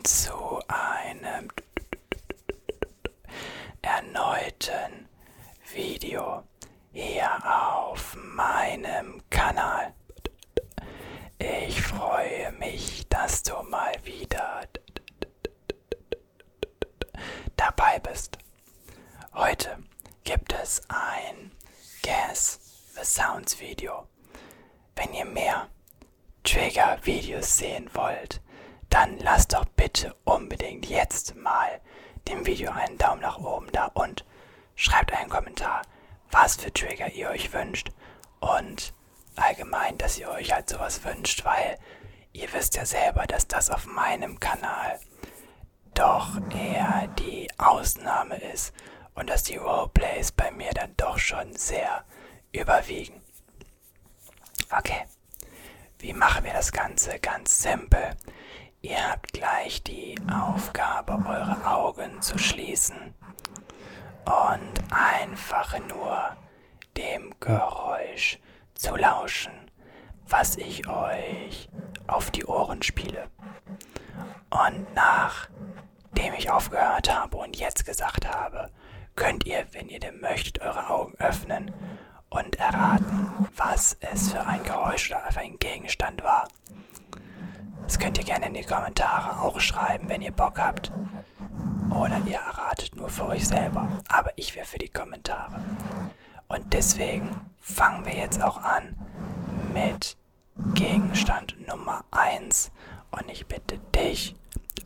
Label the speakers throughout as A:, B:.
A: zu einem erneuten Video hier auf meinem Kanal. Ich freue mich, dass du mal wieder dabei bist. Heute gibt es ein Guess the Sounds Video. Wenn ihr mehr Trigger-Videos sehen wollt, dann lasst doch bitte unbedingt jetzt mal dem Video einen Daumen nach oben da und schreibt einen Kommentar, was für Trigger ihr euch wünscht und allgemein, dass ihr euch halt sowas wünscht, weil ihr wisst ja selber, dass das auf meinem Kanal doch eher die Ausnahme ist und dass die Roleplays bei mir dann doch schon sehr überwiegen. Okay, wie machen wir das Ganze? Ganz simpel. Ihr habt gleich die Aufgabe, eure Augen zu schließen und einfach nur dem Geräusch zu lauschen, was ich euch auf die Ohren spiele. Und nachdem ich aufgehört habe und jetzt gesagt habe, könnt ihr, wenn ihr denn möchtet, eure Augen öffnen und erraten, was es für ein Geräusch oder für ein Gegenstand war. Das könnt ihr gerne in die Kommentare auch schreiben, wenn ihr Bock habt. Oder ihr erratet nur für euch selber. Aber ich wäre für die Kommentare. Und deswegen fangen wir jetzt auch an mit Gegenstand Nummer 1. Und ich bitte dich,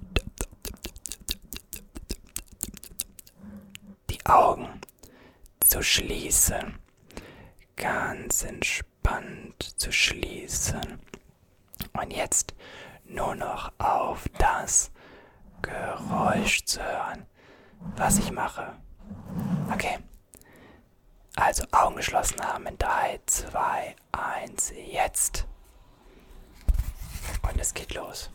A: die Augen zu schließen. Ganz entspannt zu schließen. Und jetzt nur noch auf das Geräusch zu hören, was ich mache. Okay. Also Augen geschlossen haben in 3, 2, 1, jetzt. Und es geht los.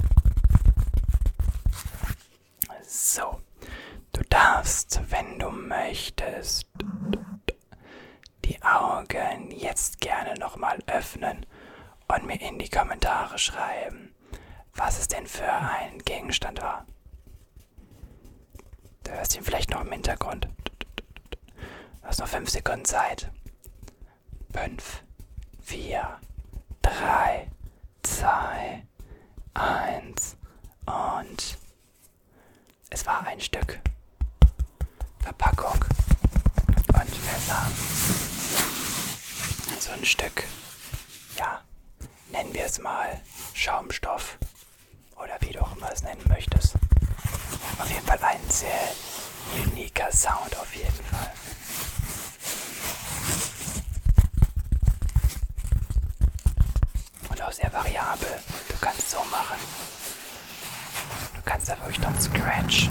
A: darfst, wenn du möchtest die Augen jetzt gerne nochmal öffnen und mir in die Kommentare schreiben, was es denn für ein Gegenstand war. Du hörst ihn vielleicht noch im Hintergrund. Du hast noch 5 Sekunden Zeit. 5, 4, 3, 2, 1 und es war ein Stück Verpackung und Versand. So ein Stück, ja, nennen wir es mal Schaumstoff oder wie du auch immer es nennen möchtest. Auf jeden Fall ein sehr uniker Sound auf jeden Fall. Und auch sehr variabel. Du kannst so machen. Du kannst da wirklich dann scratchen.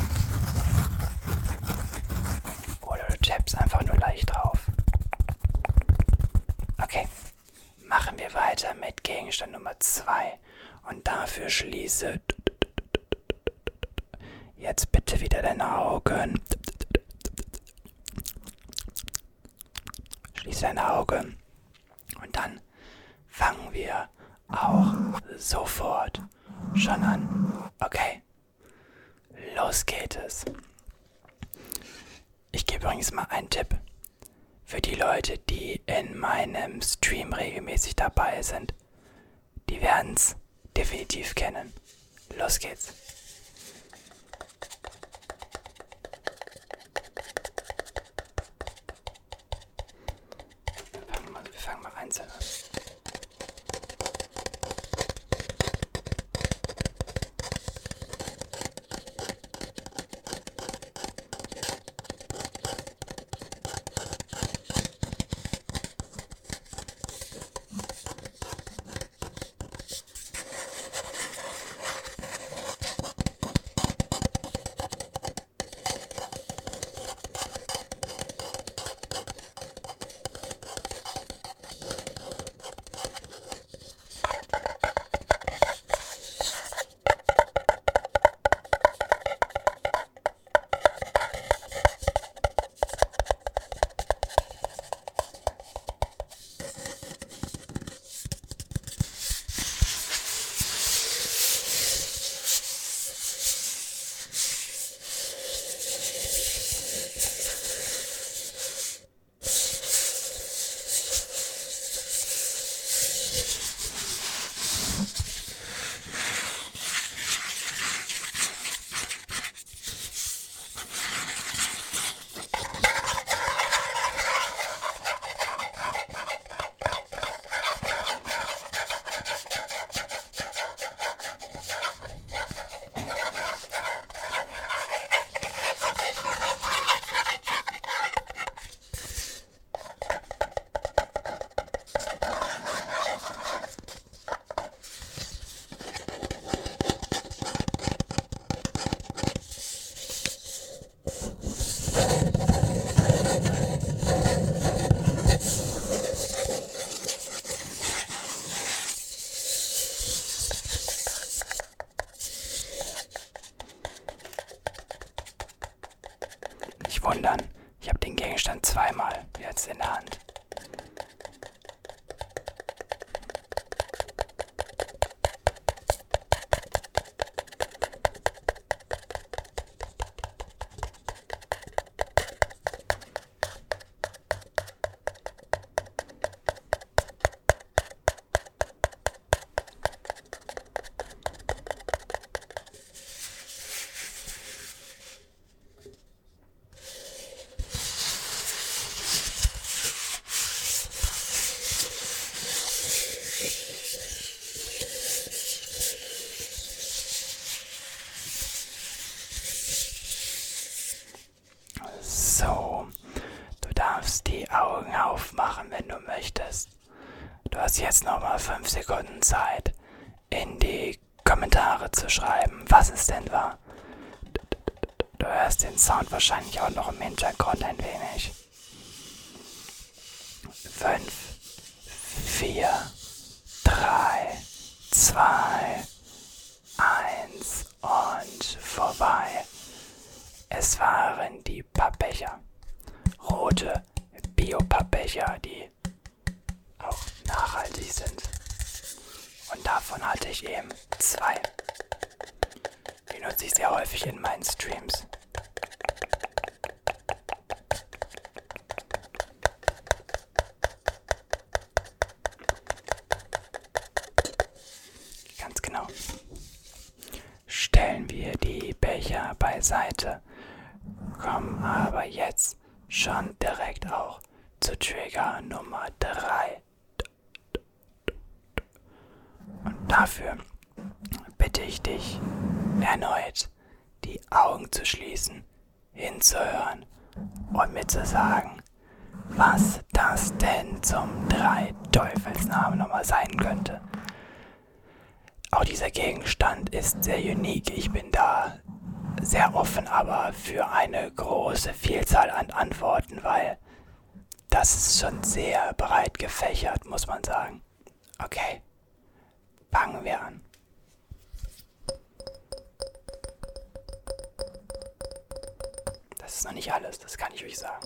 A: Oder du tappst einfach nur leicht drauf. Okay, machen wir weiter mit Gegenstand Nummer 2. Und dafür schließe jetzt bitte wieder deine Augen. Schließe deine Augen. Und dann fangen wir auch sofort schon an. Okay, los geht es. Ich gebe übrigens mal einen Tipp für die Leute, die in meinem Stream regelmäßig dabei sind. Die werden es definitiv kennen. Los geht's. Wir fangen mal einzeln an. Nicht wundern, ich habe den Gegenstand zweimal jetzt in der Hand. So, du darfst die Augen aufmachen, wenn du möchtest. Du hast jetzt nochmal 5 Sekunden Zeit, in die Kommentare zu schreiben, was es denn war. Du hörst den Sound wahrscheinlich auch noch im Hintergrund ein wenig. 5, 4, 3, 2, 1 und vorbei. Es waren die Pappbecher. Rote Bio-Pappbecher, die auch nachhaltig sind. Und davon hatte ich eben 2. Die nutze ich sehr häufig in meinen Streams. Ganz genau. Stellen wir die Becher beiseite, kommen aber jetzt schon direkt auch zu Trigger Nummer 3. Und dafür bitte ich dich erneut, die Augen zu schließen, hinzuhören und mir zu sagen, was das denn zum 3 Teufelsnamen nochmal sein könnte. Auch dieser Gegenstand ist sehr unique. Ich bin da sehr offen, aber für eine große Vielzahl an Antworten, weil das ist schon sehr breit gefächert, muss man sagen. Okay, fangen wir an. Das ist noch nicht alles, das kann ich euch sagen.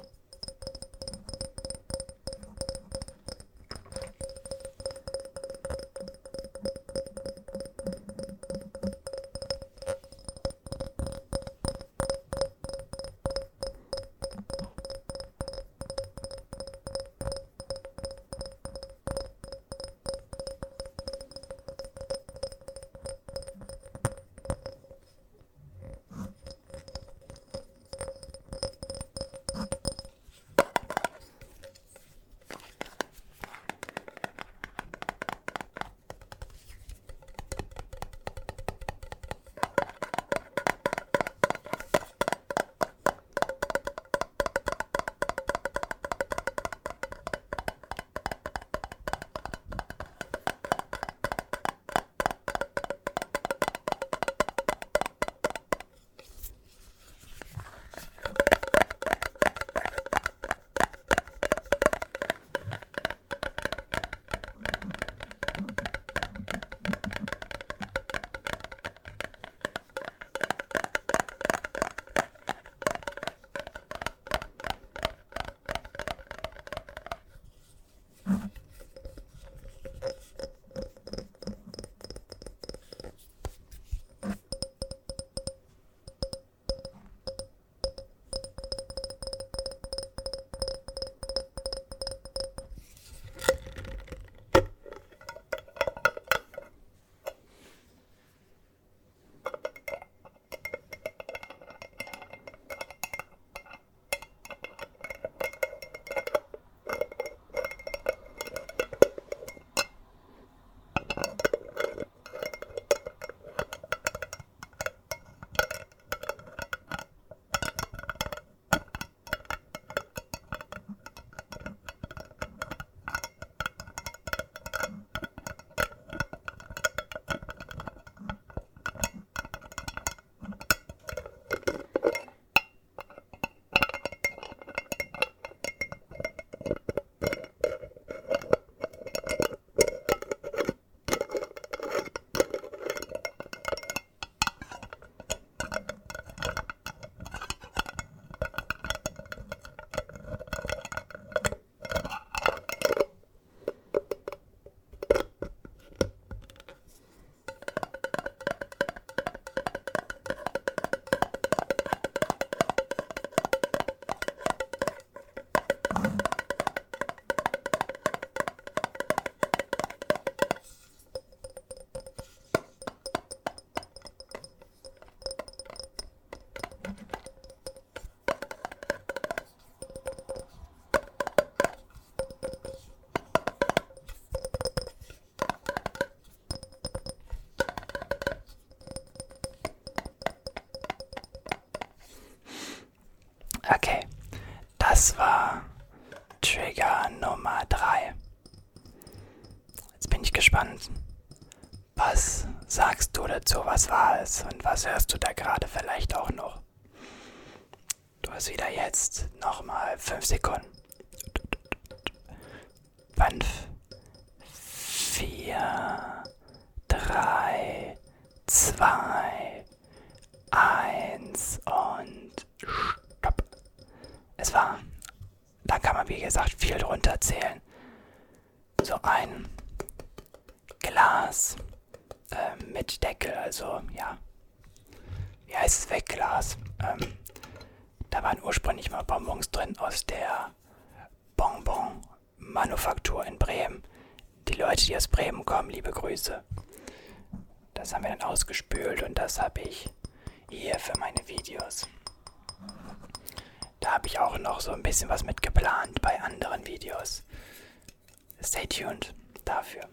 A: Okay, das war Trigger Nummer 3. Jetzt bin ich gespannt. Was sagst du dazu? Was war es? Und was hörst du da gerade vielleicht auch noch? Du hast wieder jetzt nochmal 5 Sekunden. 5, 4, 3, 2, 1 und da kann man wie gesagt viel drunter zählen. So ein Glas mit Deckel, also ja, wie heißt es, Wegglas. Da waren ursprünglich mal Bonbons drin aus der Bonbon-Manufaktur in Bremen. Die Leute, die aus Bremen kommen, liebe Grüße. Das haben wir dann ausgespült und das habe ich hier für meine Videos. Da habe ich auch noch so ein bisschen was mit geplant bei anderen Videos. Stay tuned dafür.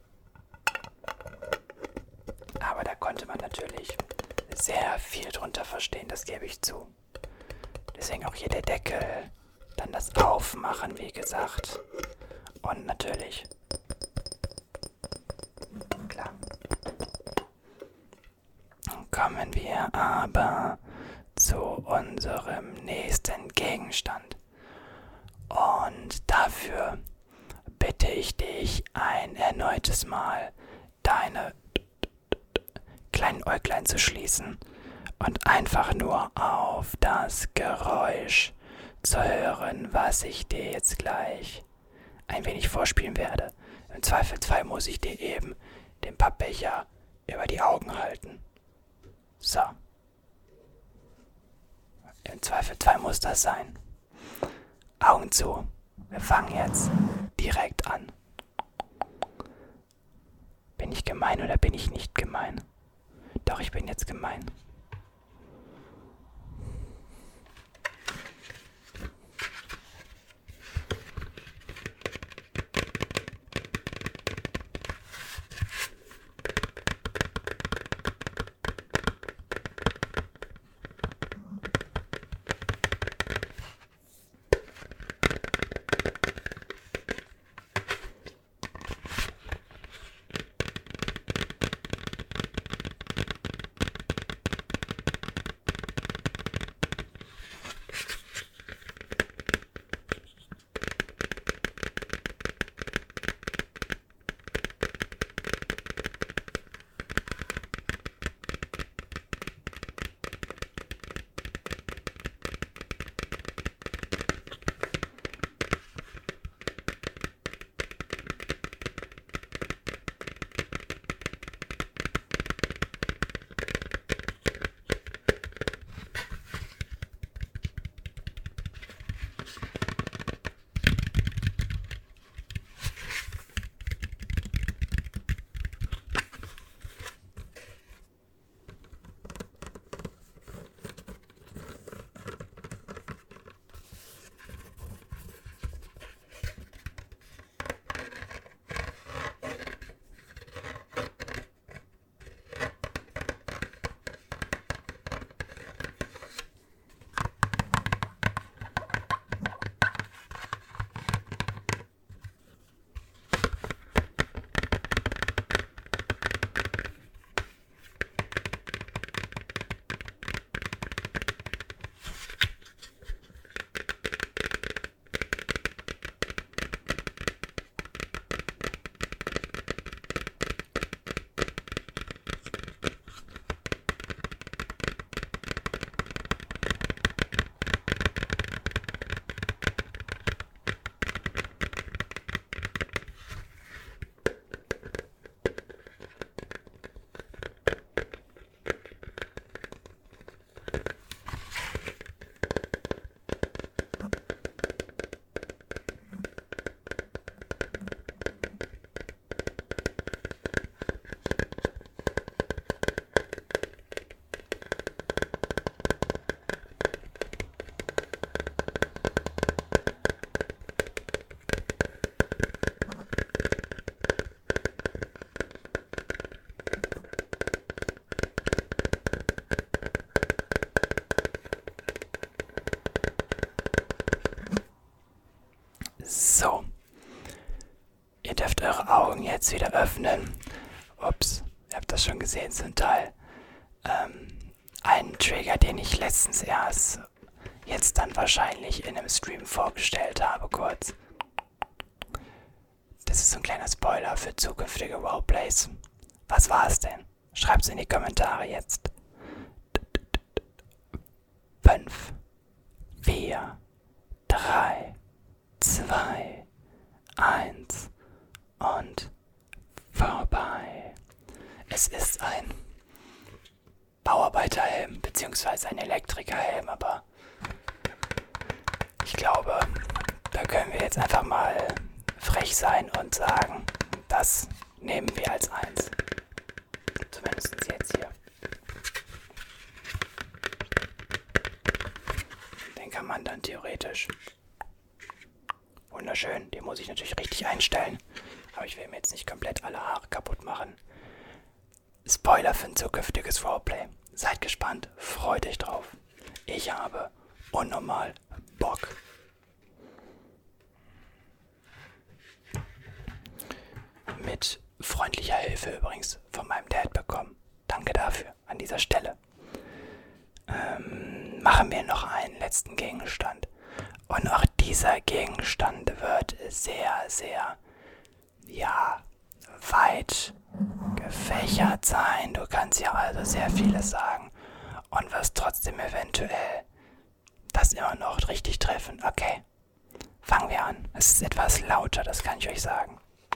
A: Aber da konnte man natürlich sehr viel drunter verstehen, das gebe ich zu. Deswegen auch hier der Deckel, dann das Aufmachen, wie gesagt. Und natürlich, klar. Kommen wir aber zu unserem nächsten Gegenstand. Und dafür bitte ich dich ein erneutes Mal, deine kleinen Äuglein zu schließen und einfach nur auf das Geräusch zu hören, was ich dir jetzt gleich ein wenig vorspielen werde. Im Zweifelsfall muss ich dir eben den Pappbecher über die Augen halten. So. Im Zweifelsfall muss das sein. Augen zu. Wir fangen jetzt direkt an. Bin ich gemein oder bin ich nicht gemein? Doch, ich bin jetzt gemein. So. Ihr dürft eure Augen jetzt wieder öffnen. Ups, ihr habt das schon gesehen zum Teil. Ein Trigger, den ich letztens erst, jetzt dann wahrscheinlich in einem Stream vorgestellt habe, kurz. Das ist so ein kleiner Spoiler für zukünftige Roleplays. Was war es denn? Schreibt's in die Kommentare jetzt. 5, 4, 3, 2, 1 und vorbei. Es ist ein Bauarbeiterhelm bzw. ein Elektrikerhelm, aber ich glaube, da können wir jetzt einfach mal frech sein und sagen, das nehmen wir als 1. Zumindest jetzt hier. Den kann man dann theoretisch. Wunderschön, den muss ich natürlich richtig einstellen. Aber ich will mir jetzt nicht komplett alle Haare kaputt machen. Spoiler für ein zukünftiges Roleplay. Seid gespannt, freut euch drauf. Ich habe unnormal Bock. Mit freundlicher Hilfe übrigens von meinem Dad bekommen. Danke dafür an dieser Stelle. Machen wir noch einen letzten Gegenstand. Und auch dieser Gegenstand wird sehr, sehr, ja, weit gefächert sein. Du kannst ja also sehr vieles sagen und wirst trotzdem eventuell das immer noch richtig treffen. Okay, fangen wir an. Es ist etwas lauter, das kann ich euch sagen.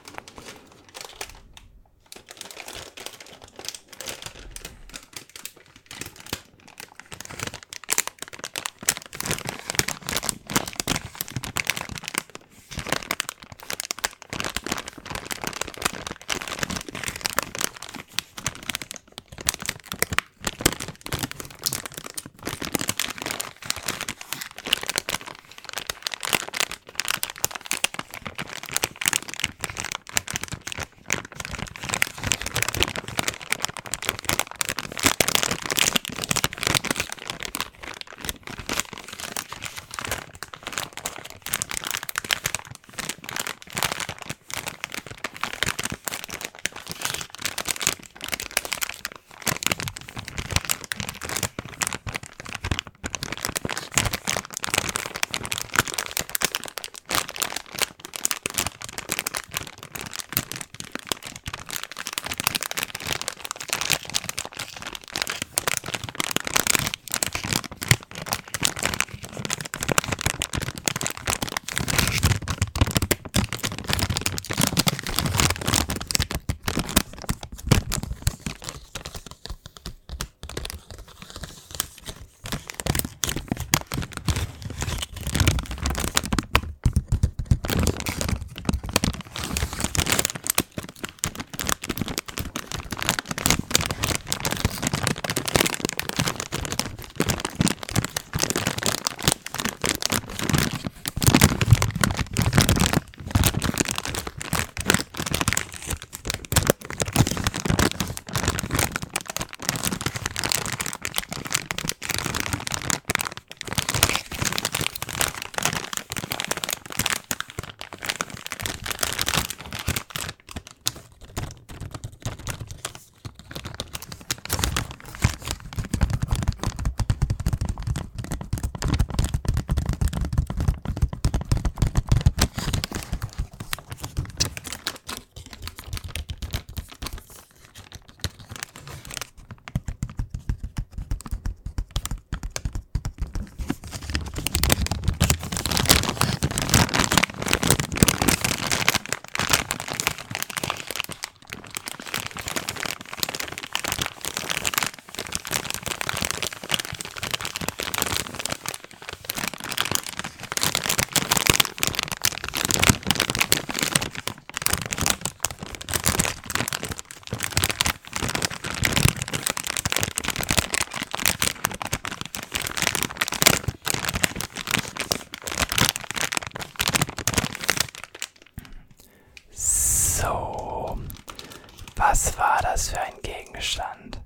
A: Was war das für ein Gegenstand?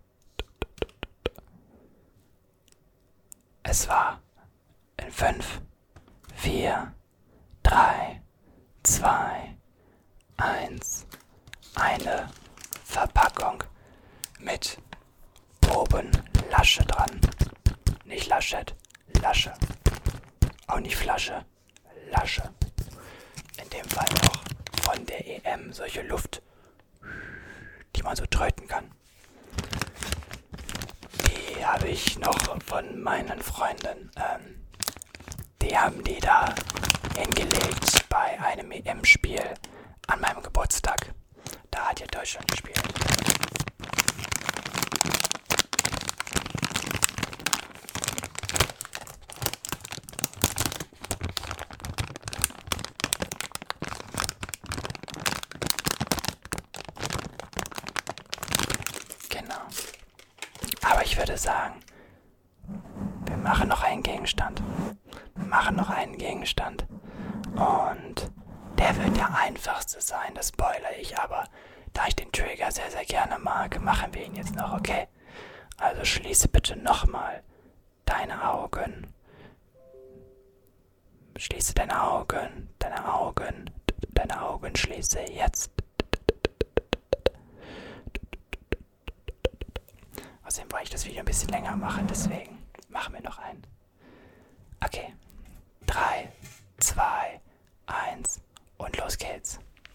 A: Es war in 5, 4, 3, 2, 1 eine Verpackung mit oben Lasche dran. Nicht Laschet, Lasche. Auch nicht Flasche, Lasche. In dem Fall noch von der EM solche Luft, die man so tröten kann. Die habe ich noch von meinen Freunden Die haben die da hingelegt bei einem EM-Spiel an meinem Geburtstag. Da hat ja Deutschland gespielt. Genau. Aber ich würde sagen, wir machen noch einen Gegenstand. Wir machen noch einen Gegenstand. Und der wird der einfachste sein, das spoilere ich. Aber da ich den Trigger sehr, sehr gerne mag, machen wir ihn jetzt noch, okay? Also schließe bitte nochmal deine Augen. Schließe deine Augen, deine Augen schließe jetzt. Außerdem wollte ich das Video ein bisschen länger machen, deswegen machen wir noch einen. Okay. 3, 2, 1 und los geht's.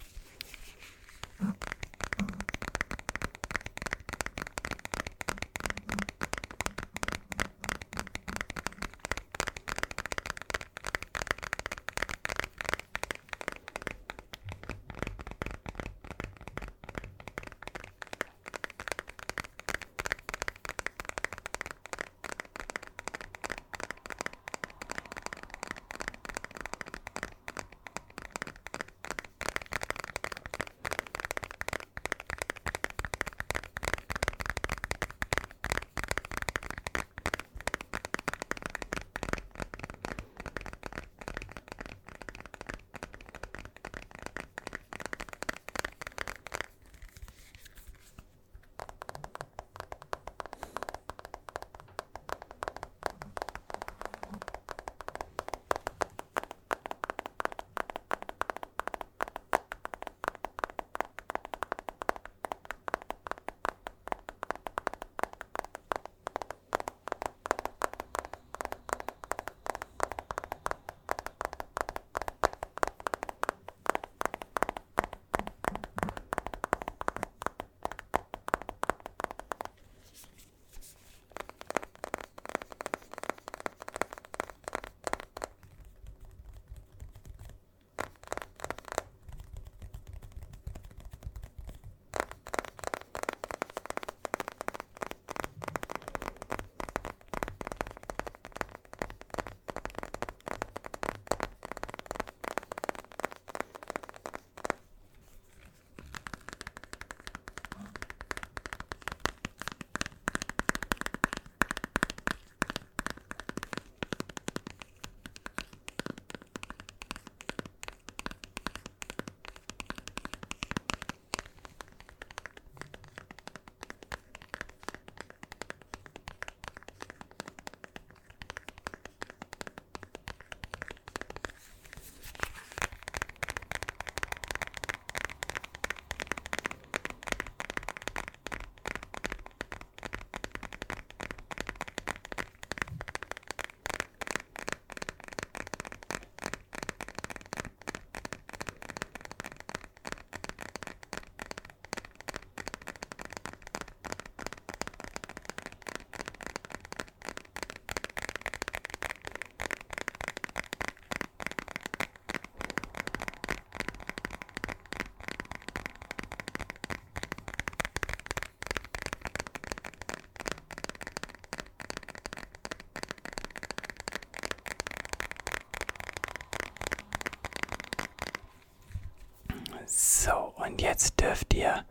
A: So, und jetzt dürft ihr,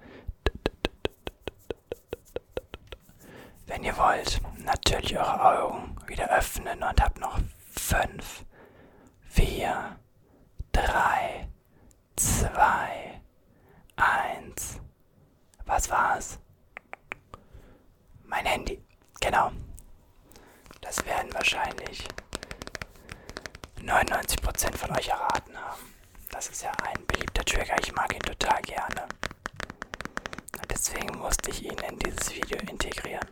A: wenn ihr wollt, natürlich eure Augen wieder öffnen und habt noch 5, 4, 3, 2, 1. Was war's? Mein Handy. Genau. Das werden wahrscheinlich 99% von euch erraten haben. Das ist ja ein beliebter Trigger, ich mag ihn total gerne. Und deswegen musste ich ihn in dieses Video integrieren.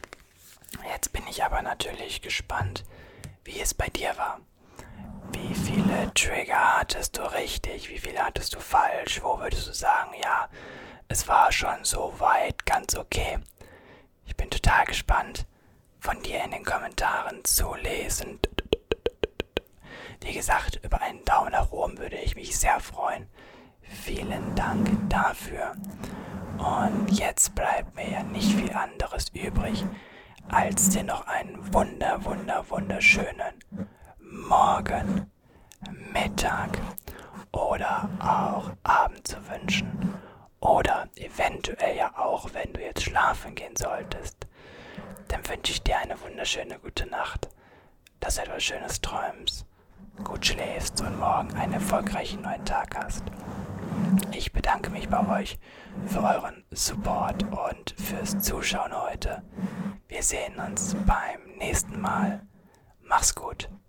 A: Jetzt bin ich aber natürlich gespannt, wie es bei dir war. Wie viel viele Trigger hattest du richtig? Wie viele hattest du falsch? Wo würdest du sagen, ja, es war schon so weit ganz okay? Ich bin total gespannt, von dir in den Kommentaren zu lesen. Wie gesagt, über einen Daumen nach oben würde ich mich sehr freuen. Vielen Dank dafür. Und jetzt bleibt mir ja nicht viel anderes übrig, als dir noch einen wunderschönen Morgen, Mittag oder auch Abend zu wünschen. Oder eventuell ja auch, wenn du jetzt schlafen gehen solltest, dann wünsche ich dir eine wunderschöne gute Nacht, dass du etwas Schönes träumst, gut schläfst und morgen einen erfolgreichen neuen Tag hast. Ich bedanke mich bei euch für euren Support und fürs Zuschauen heute. Wir sehen uns beim nächsten Mal. Mach's gut.